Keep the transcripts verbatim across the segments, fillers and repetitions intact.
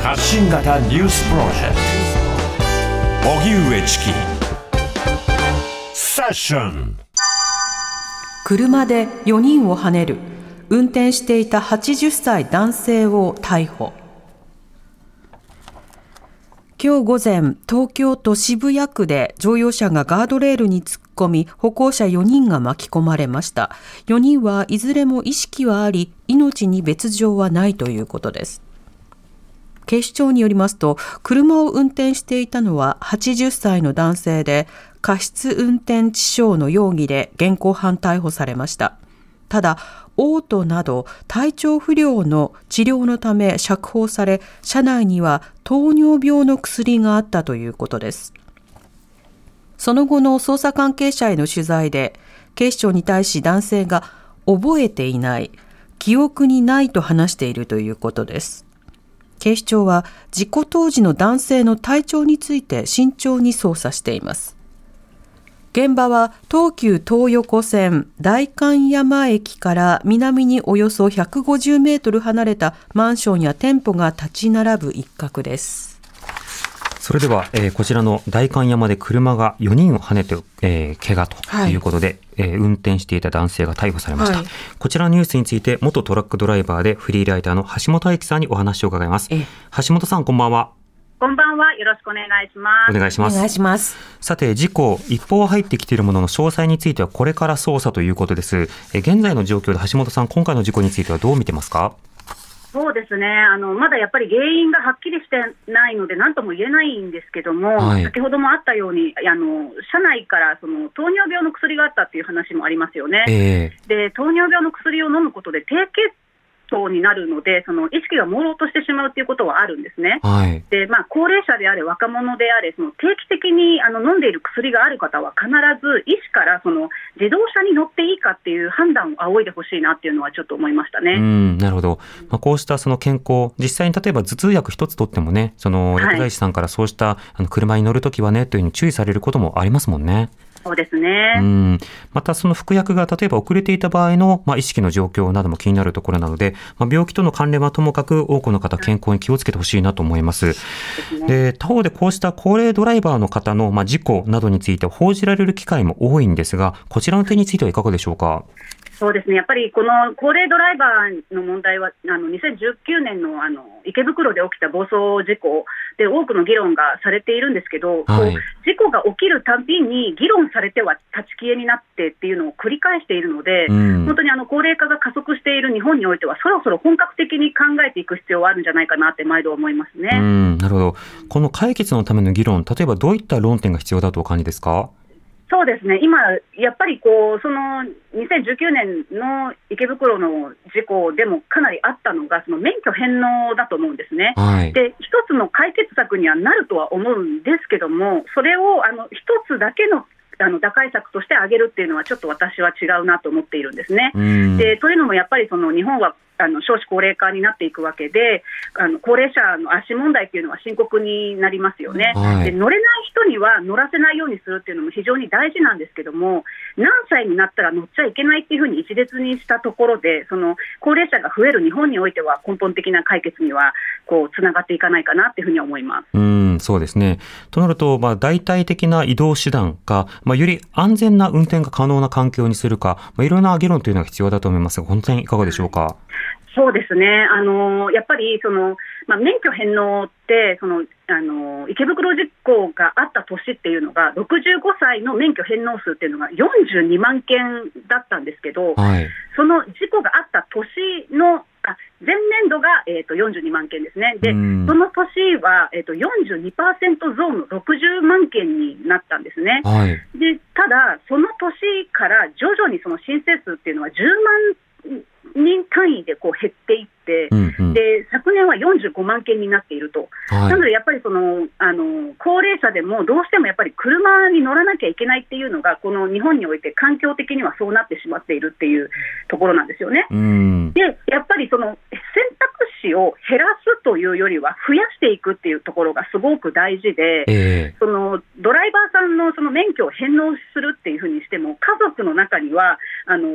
発信型ニュースプロジェクト荻上チキセッション。 車でよにんをはねる運転していたはちじゅっさい男性を逮捕。今日午前、東京都渋谷区で乗用車がガードレールに突っ込み、歩行者よにんが巻き込まれました。よにんはいずれも意識はあり、命に別状はないということです。警視庁によりますと、車を運転していたのははちじゅっさいの男性で、過失運転致傷の容疑で現行犯逮捕されました。ただ、嘔吐など体調不良の治療のため釈放され、車内には糖尿病の薬があったということです。その後の捜査関係者への取材で、警視庁に対し男性が覚えていない、記憶にないと話しているということです。警視庁は事故当時の男性の体調について慎重に捜査しています。現場は東急東横線代官山駅から南におよそひゃくごじゅうメートル離れたマンションや店舗が立ち並ぶ一角です。 それでは、えー、こちらの代官山で車がよにんをはねて、えー、怪我ということで、はいえー、運転していた男性が逮捕されました、はい、こちらのニュースについて元トラックドライバーでフリーライターの橋本愛希さんにお話を伺います。橋本さん、こんばんは。 こんばんは。よろしくお願いします。 お願いします。 お願いします。 さて、事故、一報は入ってきているものの詳細についてはこれから捜査ということです。え現在の状況で橋本さん、今回の事故についてはどう見てますか？ そうですね。あの、まだやっぱり原因がはっきりしてないので何とも言えないんですけども、はい、先ほどもあったように、あの、車内からその糖尿病の薬があったっていう話もありますよね。えー、で、糖尿病の薬を飲むことで低血糖になるので、その意識が朦朧としてしまうということはあるんですね。はい、で、まあ、高齢者であれ若者であれ、その定期的にあの飲んでいる薬がある方は必ず医師からその自動車に乗っていいかっていう判断を仰いでほしいなっていうのはちょっと思いましたね。 うん、なるほど。まあ、こうしたその健康、実際に例えば頭痛薬一つ取ってもね、その薬剤師さんからそうしたあの車に乗るときはねというふうに注意されることもありますもんね。 そうですね。 うん。またその服薬が例えば遅れていた場合の、まあ、意識の状況なども気になるところなので、まあ、病気との関連はともかく多くの方健康に気をつけてほしいなと思います。ですね。で、他方でこうした高齢ドライバーの方の、まあ、事故などについて報じられる機会も多いんですが、こちらの点についてはいかがでしょうか？ そうですね。やっぱりこの高齢ドライバーの問題はあのにせんじゅうきゅうねん の, あの池袋で起きた暴走事故で多くの議論がされているんですけど、はい、こう事故が起きるたびに議論されては立ち消えになってっていうのを繰り返しているので、うん、本当にあの高齢化が加速している日本においてはそろそろ本格的に考えていく必要はあるんじゃないかなって毎度思いますね。 うん、なるほど。この解決のための議論、例えばどういった論点が必要だとお感じですか？ そうですね。今やっぱりこうそのにせんじゅうきゅうねんの池袋の事故でもかなりあったのがその免許返納だと思うんですね。はい、で一つの解決策にはなるとは思うんですけども、それをあの一つだけのあの打開策として挙げるっていうのはちょっと私は違うなと思っているんですね。でというのもやっぱりその日本はあの少子高齢化になっていくわけで、あの高齢者の足問題っていうのは深刻になりますよね。はい、で乗れない人には乗らせないようにするっていうのも非常に大事なんですけども、何歳になったら乗っちゃいけないっていうふうに一律にしたところで、その高齢者が増える日本においては根本的な解決にはこうつながっていかないかなっていうふうに思います。 うん、そうですね。となると、まあ、代替的な移動手段か、まあ、より安全な運転が可能な環境にするか、まあ、いろんな議論というのが必要だと思いますが、本当にいかがでしょうか？ そうですね。あのやっぱりその、まあ、免許返納ってそのあの池袋事故があった年っていうのがろくじゅうごさいの免許返納数っていうのがよんじゅうにまんけんだったんですけど、はい、その事故があった年のあ前年度が、えー、とよんじゅうにまんけんですね。でその年は、えー、と よんじゅうにパーセント 増のろくじゅうまんけんになったんですね。はい、でただその年から徐々にその申請数っていうのはじゅうまん人単位でこう減っていって、うんうん、で昨年はよんじゅうごまんけんになっていると、はい、なのでやっぱりそのあの高齢者でもどうしてもやっぱり車に乗らなきゃいけないっていうのがこの日本において環境的にはそうなってしまっているっていうところなんですよね。うん、でやっぱりその選択肢を減らすというよりは増やしていくっていうところがすごく大事で、えー、そのドライバーさんのその免許を返納するっていうふうにしても家族の中にはあの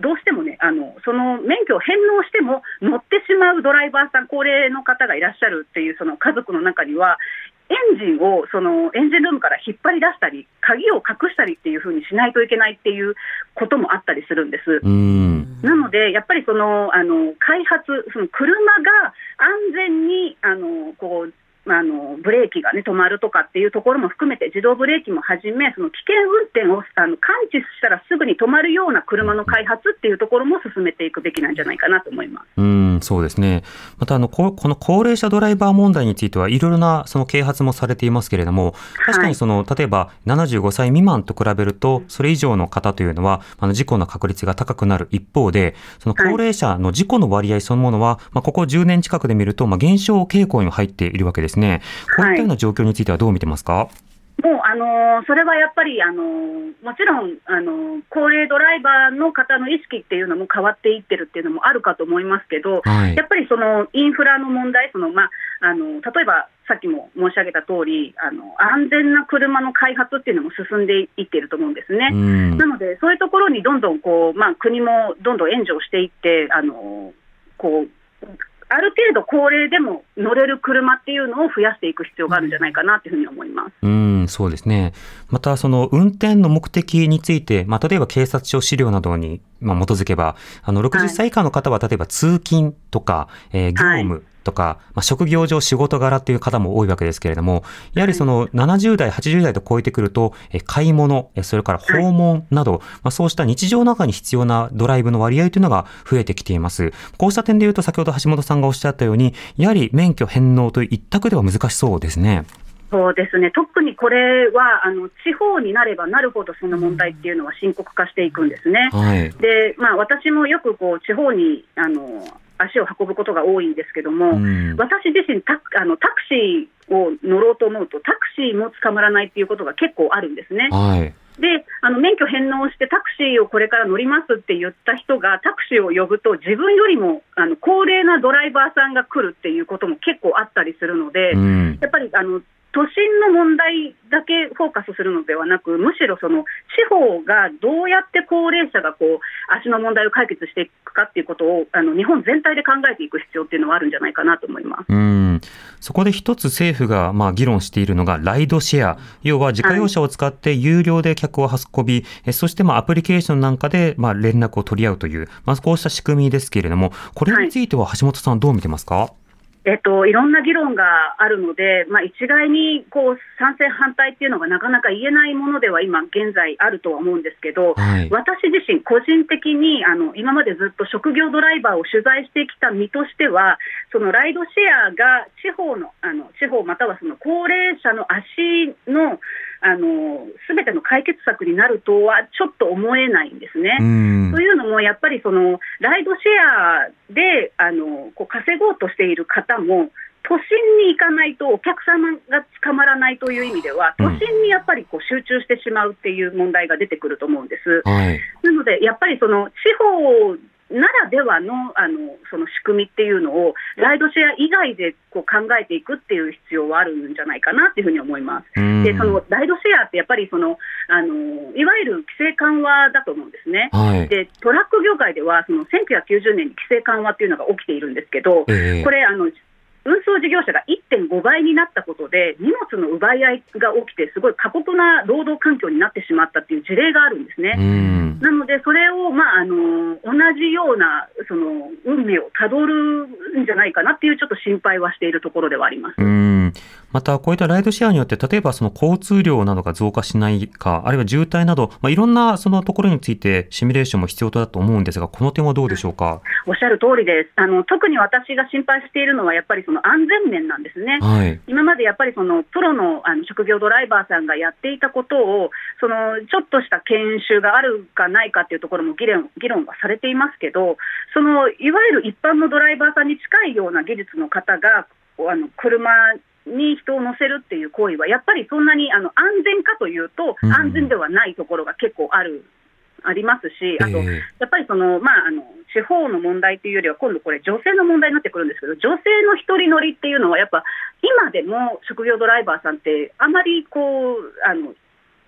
どうしてもね、あのその免許を返納しても乗ってしまうドライバーさん、高齢の方がいらっしゃるっていうその家族の中には、エンジンをそのエンジンルームから引っ張り出したり、鍵を隠したりっていう風にしないといけないっていうこともあったりするんです。 うんなので、やっぱりそのあの開発、その車が安全にあのこうまあ、あのブレーキが、ね、止まるとかっていうところも含めて、自動ブレーキもはじめ、その危険運転をあの感知したらすぐに止まるような車の開発っていうところも進めていくべきなんじゃないかなと思います。 うん、そうですね。またあのこ、この高齢者ドライバー問題についてはいろいろなその啓発もされていますけれども、確かにその、はい、例えばななじゅうごさい未満と比べると、それ以上の方というのはあの事故の確率が高くなる一方で、その高齢者の事故の割合そのものは、はい、まあ、ここじゅうねん近くで見ると、まあ、減少傾向に入っているわけですね。こういったような状況についてはどう見てますか？ もうあのー、それはやっぱり、あのー、もちろん、あのー、高齢ドライバーの方の意識っていうのも変わっていってるっていうのもあるかと思いますけど、はい、やっぱりそのインフラの問題、その、まああのー、例えばさっきも申し上げた通り、あの安全な車の開発っていうのも進んでいっていると思うんですね。なので、そういうところにどんどんこう、まあ、国もどんどん援助をしていって、あのー、こうある程度高齢でも乗れる車っていうのを増やしていく必要があるんじゃないかなというふうに思います。 うん、そうですね。またその運転の目的について、まあ、例えば警察署資料などにまあ基づけば、あのろくじゅっさい以下の方は例えば通勤とか、えー、業務、はいとか、まあ、職業上仕事柄という方も多いわけですけれども、やはりそのななじゅうだい、はちじゅうだいと超えてくると、え買い物、それから訪問など、まあ、そうした日常の中に必要なドライブの割合というのが増えてきています。こうした点でいうと、先ほど橋本さんがおっしゃったように、やはり免許返納という一択では難しそうですね。 そうですね。特にこれはあの地方になればなるほどその問題っていうのは深刻化していくんですね。はい、で、まあ、私もよくこう地方にあの足を運ぶことが多いんですけども、うん、私自身タあのタクシーを乗ろうと思うとタクシーも捕まらないっていうことが結構あるんですね。はい、であの免許返納してタクシーをこれから乗りますって言った人がタクシーを呼ぶと自分よりもあの高齢なドライバーさんが来るっていうことも結構あったりするので、うん、やっぱりあの都心の問題だけフォーカスするのではなく、むしろその地方がどうやって高齢者がこう足の問題を解決していくかっていうことをあの日本全体で考えていく必要っていうのはあるんじゃないかなと思います。 うん、そこで一つ政府がまあ議論しているのがライドシェア、要は自家用車を使って有料で客を運び、はい、そしてまあアプリケーションなんかでまあ連絡を取り合うという、まあ、こうした仕組みですけれども、これについては橋本さんどう見てますか？はいえっと、いろんな議論があるので、まあ、一概にこう賛成反対っていうのがなかなか言えないものでは今現在あるとは思うんですけど、はい、私自身個人的にあの今までずっと職業ドライバーを取材してきた身としては、そのライドシェアが地方の、あの地方またはその高齢者の足のあの全ての解決策になるとはちょっと思えないんですね。というのもやっぱりそのライドシェアであのこう稼ごうとしている方も都心に行かないとお客様が捕まらないという意味では都心にやっぱりこう集中してしまうっていう問題が出てくると思うんです。はい、なのでやっぱりその地方ならでは の, あのその仕組みっていうのをライドシェア以外でこう考えていくっていう必要はあるんじゃないかなっていうふうに思います。でそのライドシェアってやっぱりそのあのいわゆる規制緩和だと思うんですね。はい、でトラック業界ではそのせんきゅうひゃくきゅうじゅうねんに規制緩和っていうのが起きているんですけど、えー、これあの運送事業者が いってんごばいになったことで荷物の奪い合いが起きてすごい過酷な労働環境になってしまったっていう事例があるんですね。うんなのでそれを、まあ、あの同じようなその運命をたどるんじゃないかなっていうちょっと心配はしているところではあります。 うんまたこういったライドシェアによって例えばその交通量などが増加しないか、あるいは渋滞など、まあ、いろんなそのところについてシミュレーションも必要だと思うんですが、この点はどうでしょうか？ おっしゃる通りです。あの特に私が心配しているのはやっぱりその安全面なんですね。はい、今までやっぱりそのプロ の, あの職業ドライバーさんがやっていたことをそのちょっとした研修があるかないかっていうところも議論、議論はされていますけど、そのいわゆる一般のドライバーさんに近いような技術の方があの車に人を乗せるっていう行為はやっぱりそんなにあの安全かというと安全ではないところが結構ある、うん、ありますし、あとやっぱりその、まあ、あの地方の問題というよりは今度これ女性の問題になってくるんですけど、女性の一人乗りっていうのはやっぱ今でも職業ドライバーさんってあまりこうあの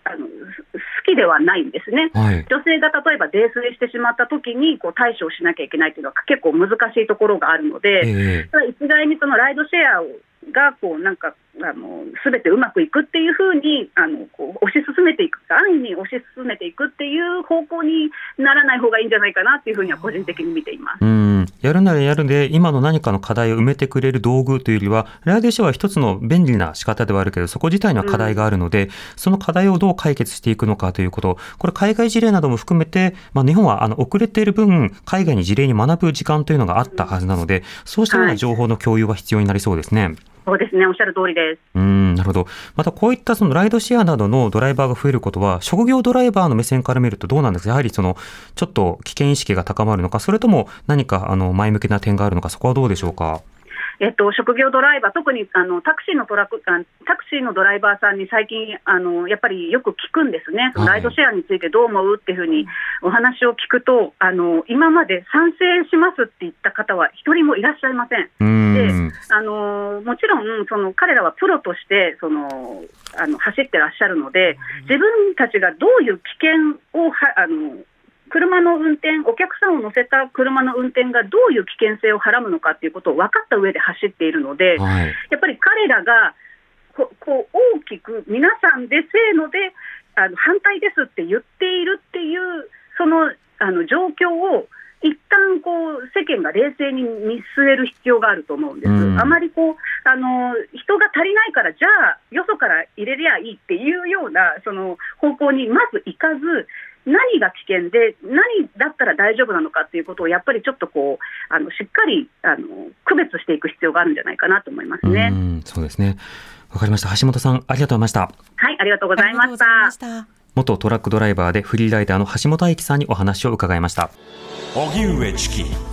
あの好きではないんですね、 はい、 女性が例えば泥酔してしまった時にこう対処しなきゃいけないというのは結構難しいところがあるので、えー、ただ一概にそのライドシェアをがこうなんかあの全てうまくいくっていうふうにあのこう推し進めていく、安易に推し進めていくっていう方向にならない方がいいんじゃないかなっていうふうには個人的に見ています。 うん、やるならやるで今の何かの課題を埋めてくれる道具というよりはライドシェアは一つの便利な仕方ではあるけどそこ自体には課題があるので、うん、その課題をどう解決していくのかということ、これ海外事例なども含めて、まあ、日本はあの遅れている分海外に事例に学ぶ時間というのがあったはずなので、そうしたような情報の共有は必要になりそうですね。はい、 そうですね、おっしゃる通りです。 うーん、なるほど。またこういったそのライドシェアなどのドライバーが増えることは職業ドライバーの目線から見るとどうなんですか。やはりそのちょっと危険意識が高まるのか、それとも何かあの前向きな点があるのか、そこはどうでしょうか。 えっと、職業ドライバー、特にあのタクシーのトラックあタクシーのドライバーさんに最近あのやっぱりよく聞くんですね。そのライドシェアについてどう思うっていうふうにお話を聞くと、あの今まで賛成しますって言った方は一人もいらっしゃいません。 うんであのもちろんその彼らはプロとしてそのあの走ってらっしゃるので、自分たちがどういう危険をはあの車の運転、お客さんを乗せた車の運転がどういう危険性をはらむのかということを分かった上で走っているので、はい、やっぱり彼らがここう大きく皆さんでせーのであの反対ですって言っているっていうその、あの状況を一旦こう世間が冷静に見据える必要があると思うんです。あまりこうあの人が足りないからじゃあよそから入れりゃいいっていうようなその方向にまず行かず、何が危険で何だったら大丈夫なのかということをやっぱりちょっとこうあのしっかりあの区別していく必要があるんじゃないかなと思いますね。 うん、そうですね。わかりました。橋本さんありがとうございました。 はい、ありがとうございました。 元トラックドライバーでフリーライダーの橋本愛希さんにお話を伺いました。 荻上チキ。あなたの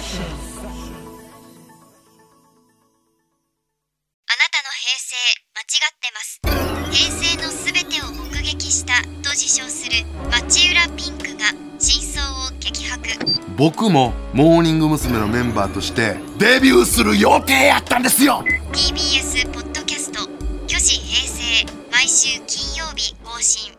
平成間違ってます。平成のすべてを目撃したと自称する町浦ピンクが真相を激白。 僕もモーニング娘。のメンバーとしてデビューする予定やったんですよ。 ティービーエス ポッドキャスト、巨子平成、毎週金曜日更新。